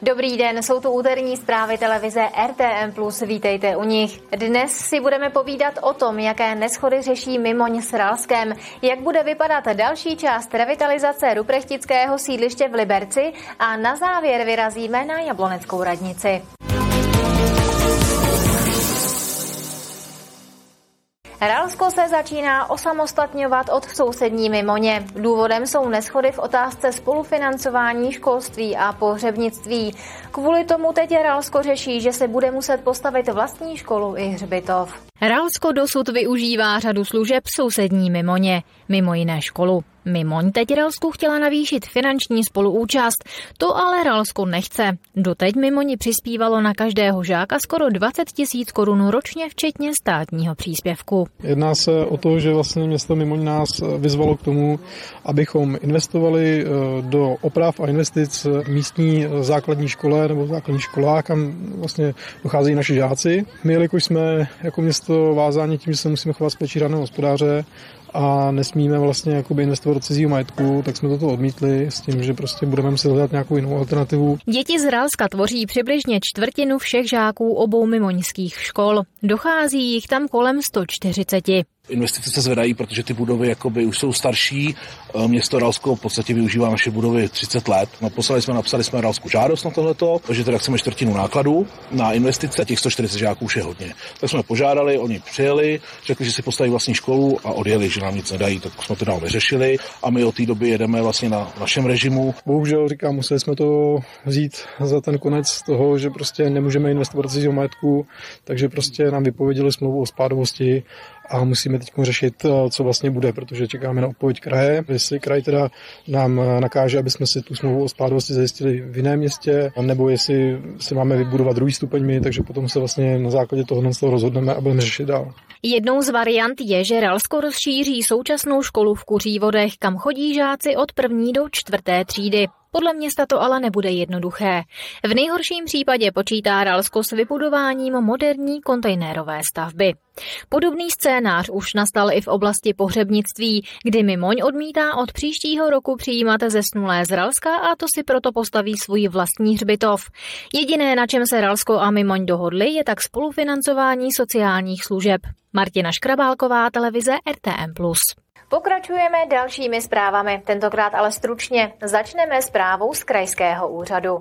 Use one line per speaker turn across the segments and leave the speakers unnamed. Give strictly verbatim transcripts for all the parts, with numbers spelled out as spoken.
Dobrý den, jsou tu úterní zprávy televize R T M plus, vítejte u nich. Dnes si budeme povídat o tom, jaké neshody řeší Mimoň s Ralskem, jak bude vypadat další část revitalizace ruprechtického sídliště v Liberci a na závěr vyrazíme na Jabloneckou radnici. Ralsko se začíná osamostatňovat od sousední Mimoně. Důvodem jsou neshody v otázce spolufinancování školství a pohřebnictví. Kvůli tomu teď Ralsko řeší, že se bude muset postavit vlastní školu i hřbitov. Ralsko dosud využívá řadu služeb sousední Mimoně, mimo jiné školu. Mimoň teď Ralsku chtěla navýšit finanční spoluúčast, to ale Ralsko nechce. Doteď Mimoni přispívalo na každého žáka skoro dvacet tisíc korun ročně, včetně státního příspěvku.
Jedná se o to, že vlastně město Mimoň nás vyzvalo k tomu, abychom investovali do oprav a investic místní základní škole nebo základní školách, kam vlastně docházejí naši žáci. My, jelikož jsme jako město vázáni tím, že se musíme chovat s péčí řádného hospodáře a nesmíme vlastně jakoby investovat do cizího majetku, tak jsme toto odmítli s tím, že prostě budeme muset hledat nějakou jinou alternativu.
Děti z Ralska tvoří přibližně čtvrtinu všech žáků obou mimoňských škol. Dochází jich tam kolem sto čtyřicet.
Investice se zvedají, protože ty budovy jakoby už jsou starší. Město Ralsko v podstatě využívá naše budovy třicet let. Naposlali jsme, napsali jsme Ralsku žádost na tohleto, takže teda chceme čtvrtinu nákladů na investice. Těch sto čtyřicet žáků už je hodně. Tak jsme požádali, oni přijeli, řekli, že si postaví vlastní školu a odjeli, že nám nic nedají, tak jsme to dál vyřešili a my od té doby jedeme vlastně na našem režimu.
Bohužel, říkám, museli jsme to vzít za ten konec toho, že prostě nemůžeme investovat do cizího majetku, takže prostě nám vypověděli smlouvu o spádovosti a musíme teď řešit, co vlastně bude, protože čekáme na odpověď kraje. Jestli kraj teda nám nakáže, aby jsme si tu smlouvu o spádovosti zajistili v jiném městě, nebo jestli si máme vybudovat druhý stupeň my, takže potom se vlastně na základě toho rozhodneme a budeme řešit dál.
Jednou z variant je, že Ralsko rozšíří současnou školu v Kuřívodech, kam chodí žáci od první do čtvrté třídy. Podle města to ale nebude jednoduché. V nejhorším případě počítá Ralsko s vybudováním moderní kontejnerové stavby. Podobný scénář už nastal i v oblasti pohřebnictví, kdy Mimoň odmítá od příštího roku přijímat zesnulé z Ralska a to si proto postaví svůj vlastní hřbitov. Jediné, na čem se Ralsko a Mimoň dohodli, je tak spolufinancování sociálních služeb. Martina Škrabálková, televize R T M plus. Pokračujeme dalšími zprávami, tentokrát ale stručně. Začneme zprávou z krajského úřadu.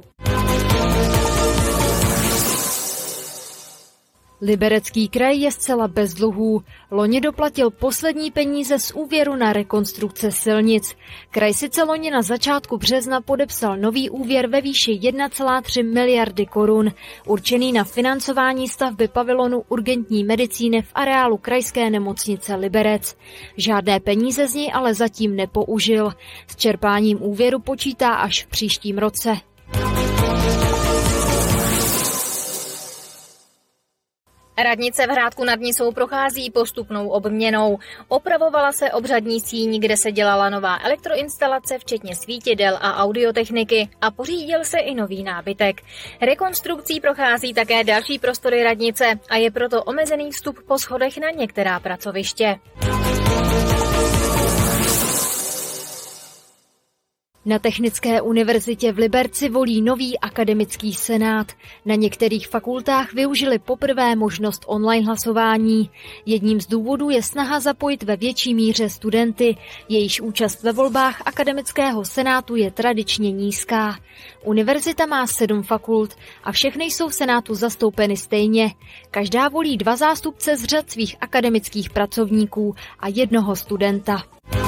Liberecký kraj je zcela bez dluhů. Loni doplatil poslední peníze z úvěru na rekonstrukce silnic. Kraj sice loni na začátku března podepsal nový úvěr ve výši jedna celá tři miliardy korun, určený na financování stavby pavilonu urgentní medicíny v areálu krajské nemocnice Liberec. Žádné peníze z něj ale zatím nepoužil. S čerpáním úvěru počítá až v příštím roce.
Radnice v Hrádku nad Nisou prochází postupnou obměnou. Opravovala se obřadní síň, kde se dělala nová elektroinstalace, včetně svítidel a audiotechniky, a pořídil se i nový nábytek. Rekonstrukcí prochází také další prostory radnice a je proto omezený vstup po schodech na některá pracoviště.
Na Technické univerzitě v Liberci volí nový akademický senát. Na některých fakultách využili poprvé možnost online hlasování. Jedním z důvodů je snaha zapojit ve větší míře studenty. Jejíž účast ve volbách akademického senátu je tradičně nízká. Univerzita má sedm fakult a všechny jsou v senátu zastoupeny stejně. Každá volí dva zástupce z řad svých akademických pracovníků a jednoho studenta.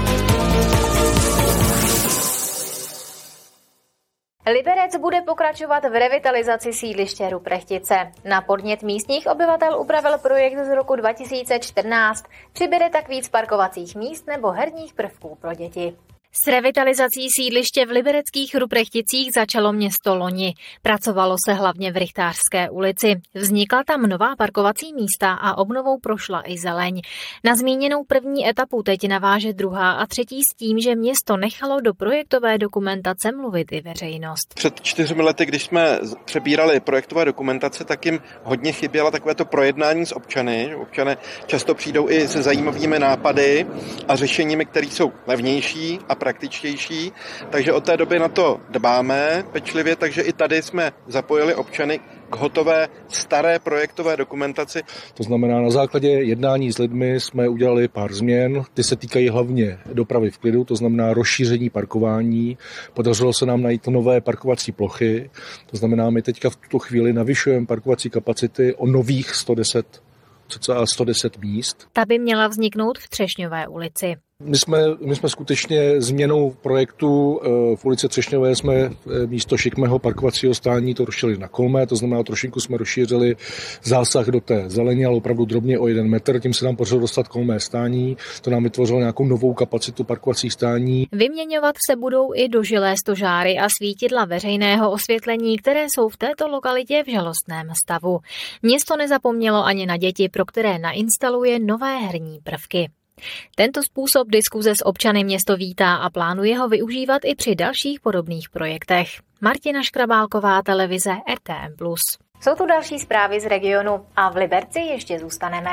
Liberec bude pokračovat v revitalizaci sídliště Ruprechtice. Na podnět místních obyvatel upravil projekt z roku dva tisíce čtrnáct. Přibyde tak víc parkovacích míst nebo herních prvků pro děti. S revitalizací sídliště v libereckých Ruprechticích začalo město loni. Pracovalo se hlavně v Rychtářské ulici. Vznikla tam nová parkovací místa a obnovou prošla i zeleň. Na zmíněnou první etapu teď naváže druhá a třetí s tím, že město nechalo do projektové dokumentace mluvit i veřejnost.
Před čtyřmi lety, když jsme přebírali projektové dokumentace, tak jim hodně chybělo takovéto projednání s občany. Občané často přijdou i se zajímavými nápady a řešeními, které jsou levnější a praktičtější, takže od té doby na to dbáme pečlivě, takže i tady jsme zapojili občany k hotové staré projektové dokumentaci.
To znamená, na základě jednání s lidmi jsme udělali pár změn, ty se týkají hlavně dopravy v klidu, to znamená rozšíření parkování. Podařilo se nám najít nové parkovací plochy, to znamená, my teďka v tuto chvíli navyšujeme parkovací kapacity o nových sto deset, cca sto deset míst.
Ta by měla vzniknout v Třešňové ulici.
My jsme, my jsme skutečně změnou projektu v ulici Třešňové jsme místo šikmého parkovacího stání to rozšířili na kolmé, to znamená trošinku jsme rozšířili zásah do té zeleně, ale opravdu drobně o jeden metr, tím se nám podařilo dostat kolmé stání, to nám vytvořilo nějakou novou kapacitu parkovacích stání.
Vyměňovat se budou i dožilé stožáry a svítidla veřejného osvětlení, které jsou v této lokalitě v žalostném stavu. Město nezapomnělo ani na děti, pro které nainstaluje nové herní prvky. Tento způsob diskuze s občany město vítá a plánuje ho využívat i při dalších podobných projektech. Martina Škrabálková, televize R T M plus. Jsou tu další zprávy z regionu a v Liberci ještě zůstaneme.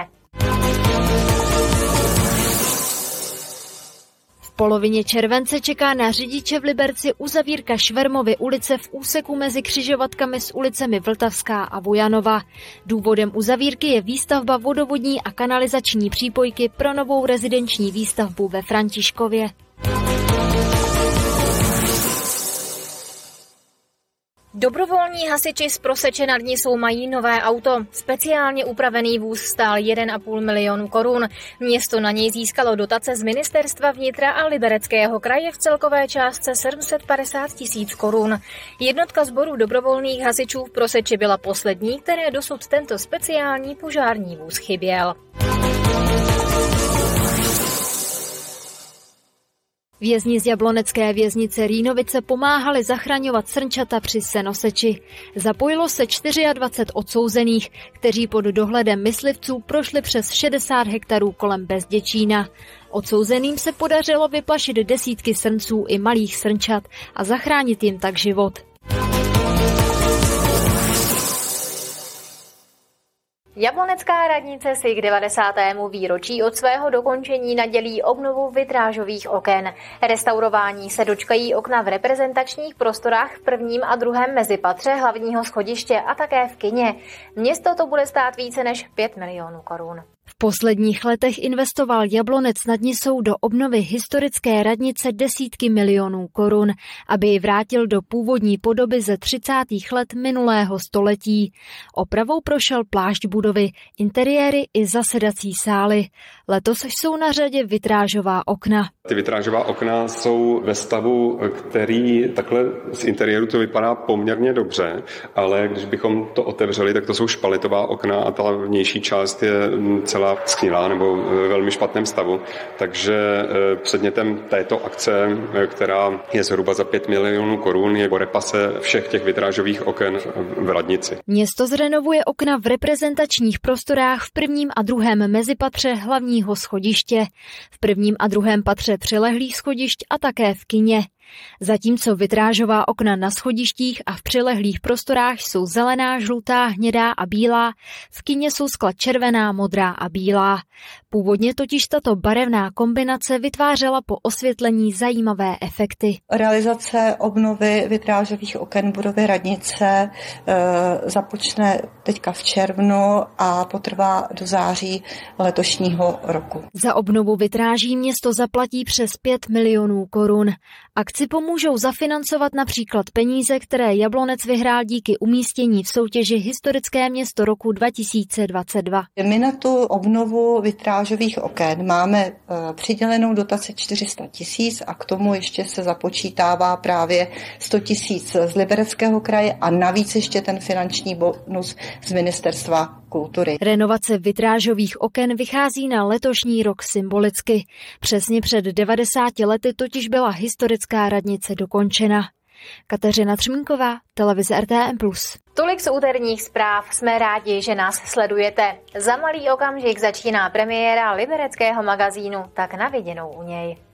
V polovině července čeká na řidiče v Liberci uzavírka Švermovy ulice v úseku mezi křižovatkami s ulicemi Vltavská a Vojanova. Důvodem uzavírky je výstavba vodovodní a kanalizační přípojky pro novou rezidenční výstavbu ve Františkově.
Dobrovolní hasiči z Proseče nad Nisou mají nové auto. Speciálně upravený vůz stál jeden a půl milionu korun. Město na něj získalo dotace z Ministerstva vnitra a Libereckého kraje v celkové částce sedm set padesát tisíc korun. Jednotka sboru dobrovolných hasičů v Proseči byla poslední, které dosud tento speciální požární vůz chyběl.
Vězni z jablonecké věznice Rýnovice pomáhali zachraňovat srnčata při senoseči. Zapojilo se dvacet čtyři odsouzených, kteří pod dohledem myslivců prošli přes šedesát hektarů kolem Bezděčína. Odsouzeným se podařilo vyplašit desítky srnců i malých srnčat a zachránit jim tak život.
Jablonecká radnice si k devadesátému výročí od svého dokončení nadělí obnovu vitrážových oken. Restaurování se dočkají okna v reprezentačních prostorách v prvním a druhém mezipatře hlavního schodiště a také v kině. Město to bude stát více než pět milionů korun.
V posledních letech investoval Jablonec nad Nisou do obnovy historické radnice desítky milionů korun, aby ji vrátil do původní podoby ze třicátých let minulého století. Opravou prošel plášť budovy, interiéry i zasedací sály. Letos jsou na řadě vitrážová okna.
Ty vitrážová okna jsou ve stavu, který takhle z interiéru to vypadá poměrně dobře, ale když bychom to otevřeli, tak to jsou špalitová okna a ta vnější část je celá schnilá nebo ve velmi špatném stavu. Takže předmětem této akce, která je zhruba za pět milionů korun, je repase všech těch vitrážových oken v radnici.
Město zrenovuje okna v reprezentačních prostorách v prvním a druhém mezipatře hlavního schodiště, v prvním a druhém patře přilehlých schodišť a také v kině. Zatímco vitrážová okna na schodištích a v přilehlých prostorách jsou zelená, žlutá, hnědá a bílá, v kině jsou skla červená, modrá a bílá. Původně totiž tato barevná kombinace vytvářela po osvětlení zajímavé efekty.
Realizace obnovy vitrážových oken budovy radnice e, započne teďka v červnu a potrvá do září letošního roku.
Za obnovu vitráží město zaplatí přes pět milionů korun. Akci pomůžou zafinancovat například peníze, které Jablonec vyhrál díky umístění v soutěži Historické město roku dva tisíce dvacet dva.
My na tu obnovu vitrážových oken máme přidělenou dotaci čtyři sta tisíc a k tomu ještě se započítává právě sto tisíc z Libereckého kraje a navíc ještě ten finanční bonus z Ministerstva kultury.
Renovace vitrážových oken vychází na letošní rok symbolicky. Přesně před devadesáti lety totiž byla historická radnice dokončena. Kateřina Třmínková, televize R T M plus.
Tolik z úterních zpráv. Jsme rádi, že nás sledujete. Za malý okamžik začíná premiéra libereckého magazínu, tak na viděnou u něj.